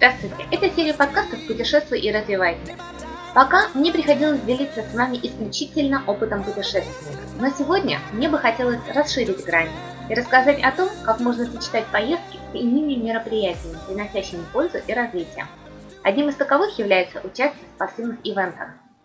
Здравствуйте! Это серия подкастов «Путешествуй и развивайся». Пока мне приходилось делиться с вами исключительно опытом путешественника, но сегодня мне бы хотелось расширить грани и рассказать о том, как можно сочетать поездки с иными мероприятиями, приносящими пользу и развитие. Одним из таковых является участие в спортивных ивентах.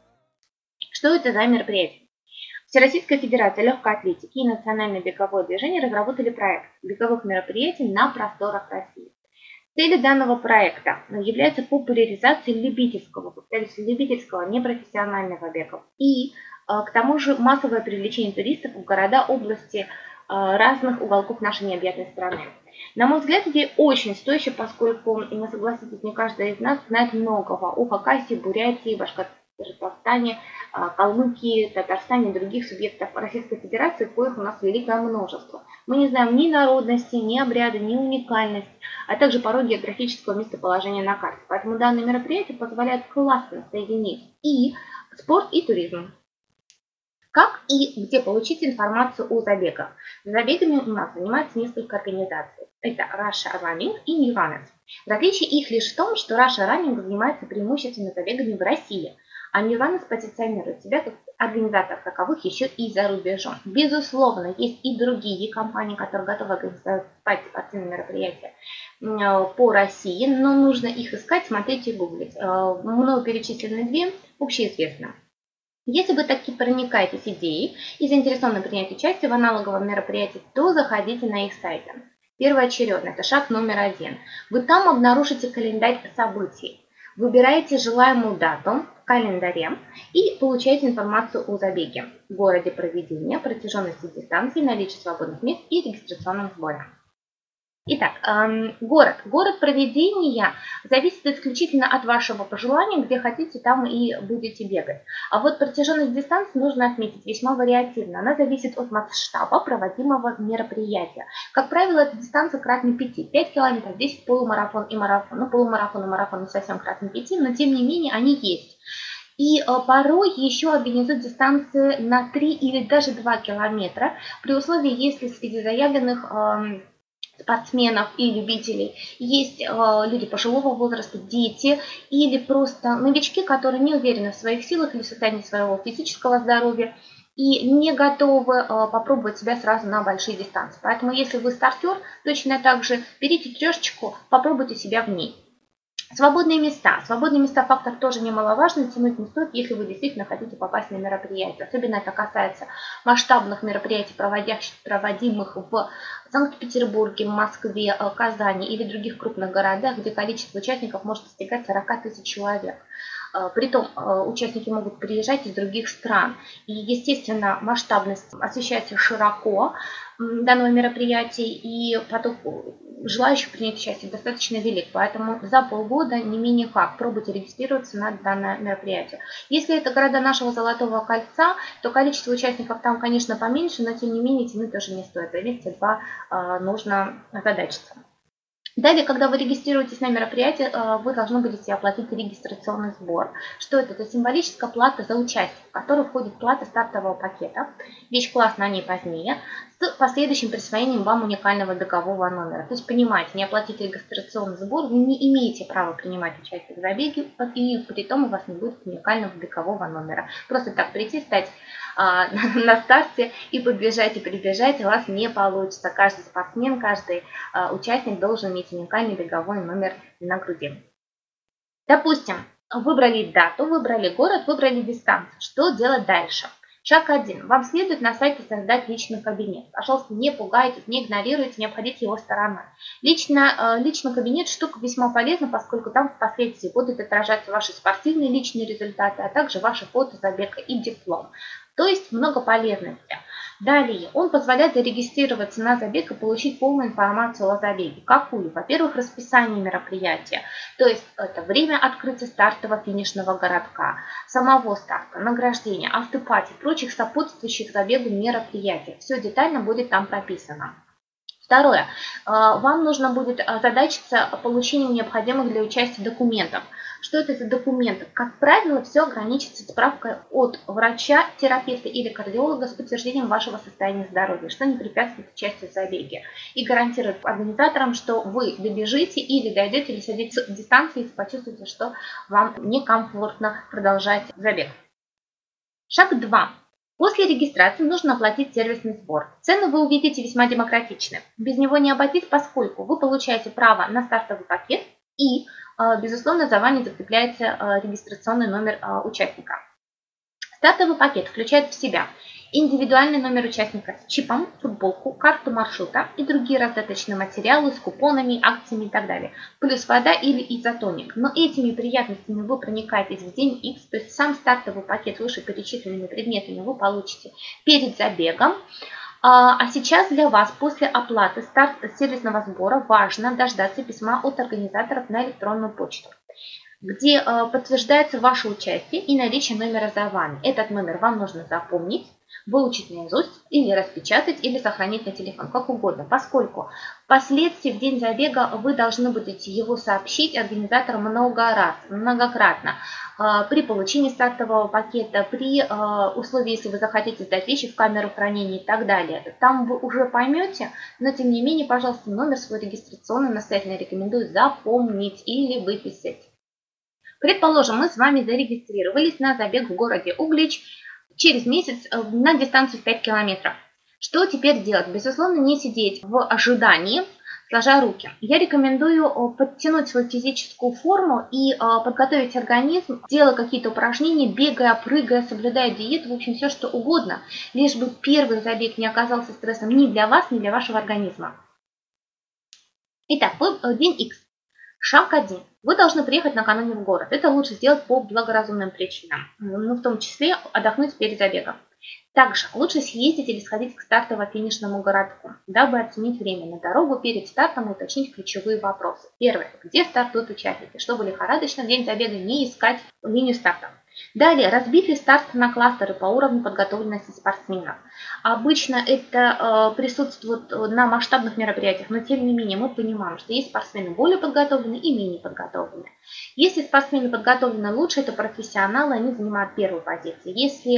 Что это за мероприятие? Всероссийская федерация легкой атлетики и национальное беговое движение разработали проект беговых мероприятий на просторах России. Целью данного проекта является популяризация любительского, повторюсь, любительского непрофессионального бега и к тому же массовое привлечение туристов в города, области разных уголков нашей необъятной страны. На мой взгляд, идея очень стоящая, поскольку, вы согласитесь, не каждый из нас знает многого о Хакасии, Бурятии, Башкортостане, Калмыкии, Татарстане и других субъектов Российской Федерации, коих у нас великое множество. Мы не знаем ни народности, ни обряда, ни уникальность, а также порой географического местоположения на карте. Поэтому данное мероприятие позволяет классно соединить и спорт, и туризм. Как и где получить информацию о забегах? Забегами у нас занимается несколько организаций. Это Russia Running и New Runners. Различие их лишь в том, что Russia Running занимается преимущественно забегами в России, а New Runners позиционирует себя как организатор таковых еще и за рубежом. Безусловно, есть и другие компании, которые готовы организовать спортивные мероприятия по России, но нужно их искать, смотреть и гуглить. Мной перечислены две, общеизвестны. Если вы таки проникаетесь идеей и заинтересованы принять участие в аналоговом мероприятии, то заходите на их сайты. Первоочередно, это шаг номер 1. Вы там обнаружите календарь событий. Выбираете желаемую дату в календаре и получаете информацию о забеге, городе проведения, протяженности дистанции, наличии свободных мест и регистрационном сборе. Итак, город проведения зависит исключительно от вашего пожелания, где хотите, там и будете бегать. А вот протяженность дистанции нужно отметить весьма вариативно. Она зависит от масштаба проводимого мероприятия. Как правило, это дистанция кратно 5. 5 километров, 10 полумарафон и марафон. Ну, полумарафон и марафон не совсем кратно 5, но тем не менее они есть. И порой еще организуют дистанции на 3 или даже 2 километра, при условии, если среди заявленных спортсменов и любителей есть люди пожилого возраста, дети или просто новички, которые не уверены в своих силах или в состоянии своего физического здоровья и не готовы попробовать себя сразу на большие дистанции. Поэтому если вы стартер, точно так же берите трешечку, попробуйте себя в ней. Свободные места. Свободные места фактор тоже немаловажный, тянуть не стоит, если вы действительно хотите попасть на мероприятие. Особенно это касается масштабных мероприятий, проводимых в Санкт-Петербурге, Москве, Казани или других крупных городах, где количество участников может достигать 40 тысяч человек. Притом участники могут приезжать из других стран. И, естественно, масштабность освещается широко данного мероприятия, и поток желающих принять участие достаточно велик. Поэтому за полгода, не менее как, пробуйте регистрироваться на данное мероприятие. Если это города нашего Золотого кольца, то количество участников там, конечно, поменьше, но тем не менее тянуть тоже не стоит. За месяц-два нужно озадачиться. Далее, когда вы регистрируетесь на мероприятие, вы должны будете оплатить регистрационный сбор. Что это? Это символическая плата за участие, в которую входит плата стартового пакета, вещь класс на ней позднее, с последующим присвоением вам уникального бегового номера. То есть, понимаете, не оплатить регистрационный сбор, вы не имеете права принимать участие в забеге, и при том у вас не будет уникального бегового номера. Просто так прийти, стать на старте и подбежать и прибежать у вас не получится. Каждый спортсмен, каждый участник должен иметь уникальный беговой номер на груди. Допустим, выбрали дату, выбрали город, выбрали дистанцию. Что делать дальше? Шаг 1. Вам следует на сайте создать личный кабинет. Пожалуйста, не пугайтесь, не игнорируйте, не обходите его стороной. Личный кабинет штука весьма полезна, поскольку там впоследствии будут отражаться ваши спортивные личные результаты, а также ваши фото забега и диплом. То есть много полезности. Далее, он позволяет зарегистрироваться на забег и получить полную информацию о забеге. Какую? Во-первых, расписание мероприятия, то есть это время открытия стартово-финишного городка, самого старта, награждения, автопати, прочих сопутствующих забегу мероприятий. Все детально будет там прописано. Второе. Вам нужно будет озадачиться получением необходимых для участия документов. Что это за документы? Как правило, все ограничится справкой от врача, терапевта или кардиолога с подтверждением вашего состояния здоровья, что не препятствует участию в забеге и гарантирует организаторам, что вы добежите или дойдете, или сойдете с дистанции, если почувствуете, что вам некомфортно продолжать забег. Шаг 2. После регистрации нужно оплатить сервисный сбор. Цены вы увидите весьма демократичны. Без него не обойтись, поскольку вы получаете право на стартовый пакет и, безусловно, за вами закрепляется регистрационный номер участника. Стартовый пакет включает в себя индивидуальный номер участника с чипом, футболку, карту маршрута и другие раздаточные материалы с купонами, акциями и так далее. Плюс вода или изотоник. Но этими приятностями вы проникаетесь в день X, то есть сам стартовый пакет вышеперечисленными предметами вы получите перед забегом. А сейчас для вас после оплаты сервисного сбора важно дождаться письма от организаторов на электронную почту, где подтверждается ваше участие и наличие номера за вами. Этот номер вам нужно запомнить, выучить наизусть или распечатать, или сохранить на телефон, как угодно, поскольку впоследствии в день забега вы должны будете его сообщить организатору многократно. При получении стартового пакета, при условии, если вы захотите сдать вещи в камеру хранения и так далее. Там вы уже поймете, но тем не менее, пожалуйста, номер свой регистрационный настоятельно рекомендую запомнить или выписать. Предположим, мы с вами зарегистрировались на забег в городе Углич через месяц на дистанцию в 5 километров. Что теперь делать? Безусловно, не сидеть в ожидании, сложа руки. Я рекомендую подтянуть свою физическую форму и подготовить организм, делая какие-то упражнения, бегая, прыгая, соблюдая диету, в общем, все что угодно, лишь бы первый забег не оказался стрессом ни для вас, ни для вашего организма. Итак, день X. Шаг 1. Вы должны приехать накануне в город. Это лучше сделать по благоразумным причинам, в том числе отдохнуть перед забегом. Также лучше съездить или сходить к стартово-финишному городку, дабы оценить время на дорогу перед стартом и уточнить ключевые вопросы. Первое. Где стартуют участники, чтобы лихорадочно в день забега не искать линию старта. Далее, разбить ли старт на кластеры по уровню подготовленности спортсменов. Обычно это присутствует на масштабных мероприятиях, но тем не менее мы понимаем, что есть спортсмены более подготовленные и менее подготовленные. Если спортсмены подготовлены лучше, это профессионалы, они занимают первую позицию. Если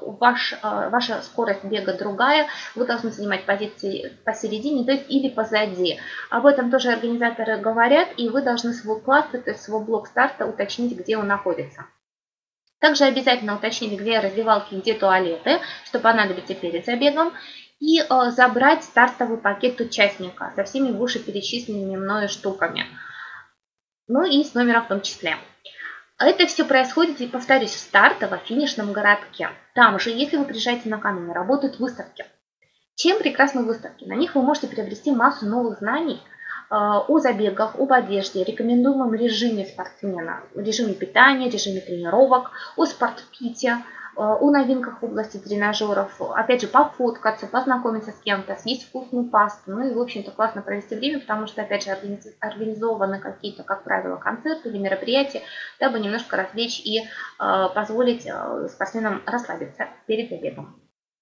ваша скорость бега другая, вы должны занимать позиции посередине, то есть или позади. Об этом тоже организаторы говорят, и вы должны свой кластер, то есть свой блок старта уточнить, где он находится. Также обязательно уточнить, где раздевалки, где туалеты, что понадобится перед забегом. И забрать стартовый пакет участника со всеми вышеперечисленными мною штуками. Ну и с номером в том числе. Это все происходит, и повторюсь, в стартово-финишном городке. Там же, если вы приезжаете накануне, работают выставки. Чем прекрасны выставки? На них вы можете приобрести массу новых знаний о забегах, об одежде, рекомендуемом режиме спортсмена, режиме питания, режиме тренировок, о спортфите, о новинках в области тренажеров, опять же, пофоткаться, познакомиться с кем-то, съесть вкусную пасту, ну и, в общем-то, классно провести время, потому что, опять же, организованы какие-то, как правило, концерты или мероприятия, дабы немножко развлечь и позволить спортсменам расслабиться перед забегом.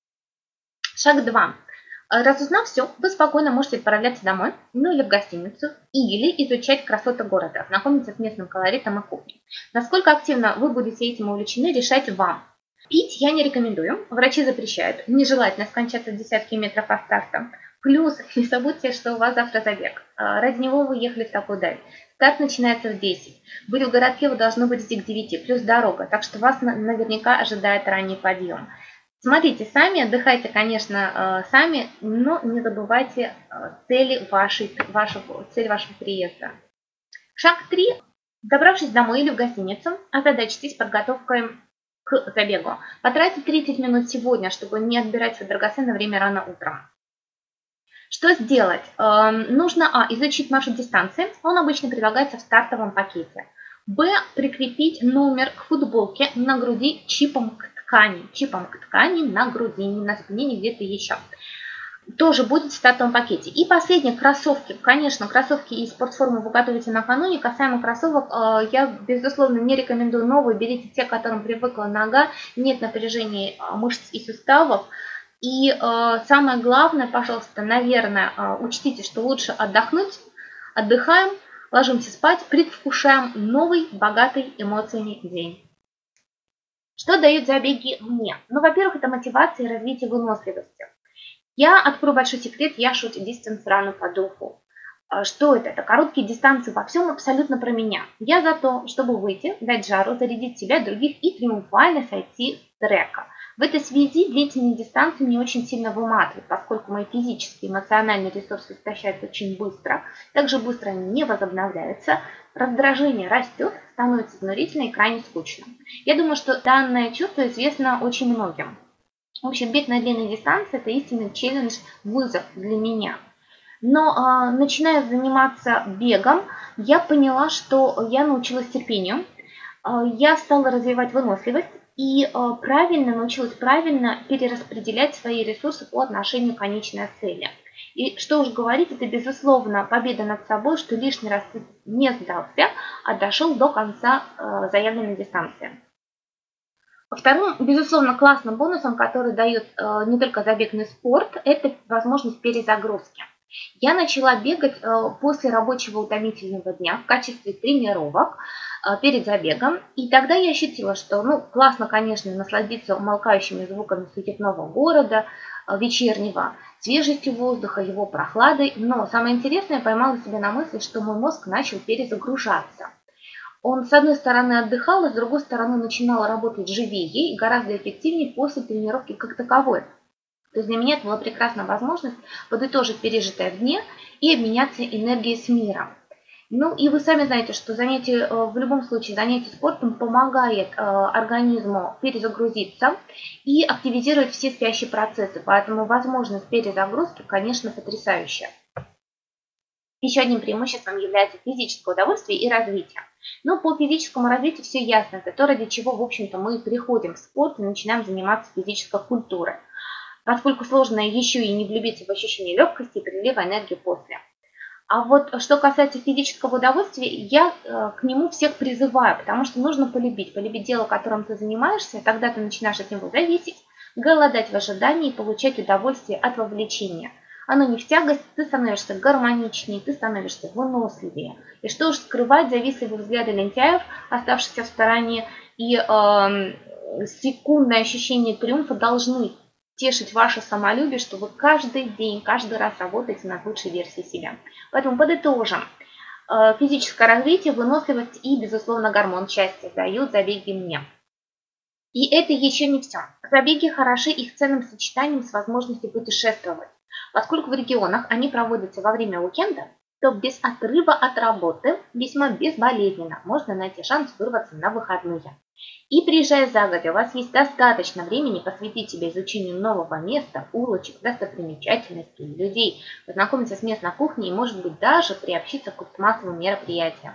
Шаг 2. Разузнав все, вы спокойно можете отправляться домой, ну или в гостиницу, или изучать красоты города, знакомиться с местным колоритом и кухней. Насколько активно вы будете этим увлечены, решать вам. Пить я не рекомендую, врачи запрещают, нежелательно скончаться в десятки метров от старта. Плюс не забудьте, что у вас завтра забег. Ради него вы ехали в такую даль. Старт начинается в 10. Быть в городке вы должны будете к 9, плюс дорога, так что вас наверняка ожидает ранний подъем. Смотрите сами, отдыхайте, конечно, сами, но не забывайте цель вашего приезда. Шаг 3. Добравшись домой или в гостиницу, озадачьтесь подготовкой к забегу. Потратьте 30 минут сегодня, чтобы не отбирать свое драгоценное время рано утром. Что сделать? Нужно изучить маршрут дистанции, он обычно предлагается в стартовом пакете. Б. Прикрепить номер к футболке на груди чипом к ткани на груди, не на спине, не где-то еще. Тоже будет в стартовом пакете. И последнее, кроссовки. Конечно, кроссовки и спортформу вы готовите накануне. Касаемо кроссовок, я, безусловно, не рекомендую новые. Берите те, к которым привыкла нога, нет напряжения мышц и суставов. И самое главное, пожалуйста, наверное, учтите, что лучше отдохнуть. Отдыхаем, ложимся спать, предвкушаем новый, богатый эмоциями день. Что дают забеги мне? Ну, во-первых, это мотивация и развитие выносливости. Я открою большой секрет, я short-distance runner по духу. Что это? Это короткие дистанции во всем абсолютно про меня. Я за то, чтобы выйти, дать жару, зарядить себя, других и триумфально сойти с трека. В этой связи длительные дистанции меня очень сильно выматывают, поскольку мои физические и эмоциональные ресурсы истощаются очень быстро, также быстро они не возобновляются, раздражение растет, становится изнурительно и крайне скучно. Я думаю, что данное чувство известно очень многим. В общем, бег на длинной дистанции – это истинный челлендж, вызов для меня. Но начиная заниматься бегом, я поняла, что я научилась терпению, я стала развивать выносливость и научилась правильно перераспределять свои ресурсы по отношению к конечной цели. И что уж говорить, это безусловно победа над собой, что лишний раз ты не сдался, а дошел до конца заявленной дистанции. Вторым, безусловно, классным бонусом, который дает не только забегный спорт, это возможность перезагрузки. Я начала бегать после рабочего утомительного дня в качестве тренировок перед забегом, и тогда я ощутила, что классно, конечно, насладиться умолкающими звуками суетного города, вечернего, свежестью воздуха, его прохладой, но самое интересное, я поймала себя на мысли, что мой мозг начал перезагружаться. Он, с одной стороны, отдыхал, а с другой стороны, начинал работать живее и гораздо эффективнее после тренировки как таковой. То есть для меня это была прекрасная возможность подытожить пережитое в дне и обменяться энергией с миром. Ну и вы сами знаете, что в любом случае занятие спортом помогает организму перезагрузиться и активизировать все спящие процессы. Поэтому возможность перезагрузки, конечно, потрясающая. Еще одним преимуществом является физическое удовольствие и развитие. Но по физическому развитию все ясно. Это то, ради чего, в общем-то, мы приходим в спорт и начинаем заниматься физической культурой. Поскольку сложно еще и не влюбиться в ощущение легкости и прилива энергии после. А вот что касается физического удовольствия, я к нему всех призываю, потому что нужно полюбить дело, которым ты занимаешься, тогда ты начинаешь от него зависеть, голодать в ожидании и получать удовольствие от вовлечения. Оно не в тягость, ты становишься гармоничнее, ты становишься выносливее. И что уж скрывать, завистливые взгляды лентяев, оставшихся в стороне, и секундное ощущение триумфа должны тешить ваше самолюбие, что вы каждый день, каждый раз работаете над лучшей версией себя. Поэтому подытожим. Физическое развитие, выносливость и, безусловно, гормон счастья дают забеги мне. И это еще не все. Забеги хороши их ценным сочетанием с возможностью путешествовать. Поскольку в регионах они проводятся во время уикенда, то без отрыва от работы весьма безболезненно можно найти шанс вырваться на выходные. И приезжая загодя, у вас есть достаточно времени посвятить себе изучению нового места, улочек, достопримечательностей, людей, познакомиться с местной кухней и, может быть, даже приобщиться к массовым мероприятиям.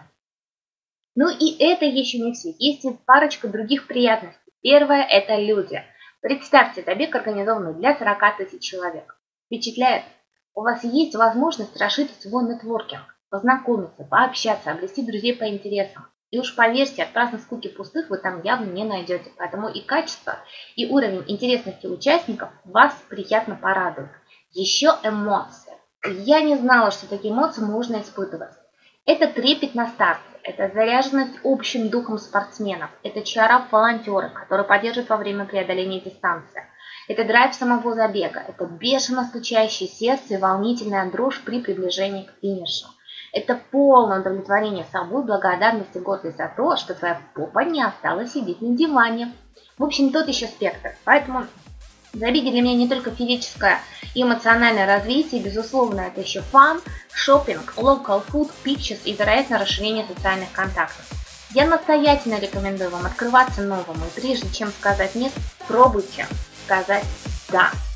Ну и это еще не все. Есть и парочка других приятностей. Первое – это люди. Представьте, забег организованный для 40 тысяч человек. Впечатляет? У вас есть возможность расширить свой нетворкинг, познакомиться, пообщаться, обрести друзей по интересам. И уж поверьте, от праздной скуки пустых вы там явно не найдете. Поэтому и качество, и уровень интересности участников вас приятно порадуют. Еще эмоции. Я не знала, что такие эмоции можно испытывать. Это трепет на старте, это заряженность общим духом спортсменов, это чара волонтеры, которые поддерживают во время преодоления дистанции. Это драйв самого забега, это бешено стучащее сердце и волнительная дрожь при приближении к финишу. Это полное удовлетворение собой, благодарность и гордость за то, что твоя попа не осталась сидеть на диване. В общем, тот еще спектр. Поэтому забеги для меня не только физическое и эмоциональное развитие, безусловно, это еще фан, шопинг, local food, pictures и, вероятно, расширение социальных контактов. Я настоятельно рекомендую вам открываться новому, и прежде чем сказать «нет», пробуйте сказать «да».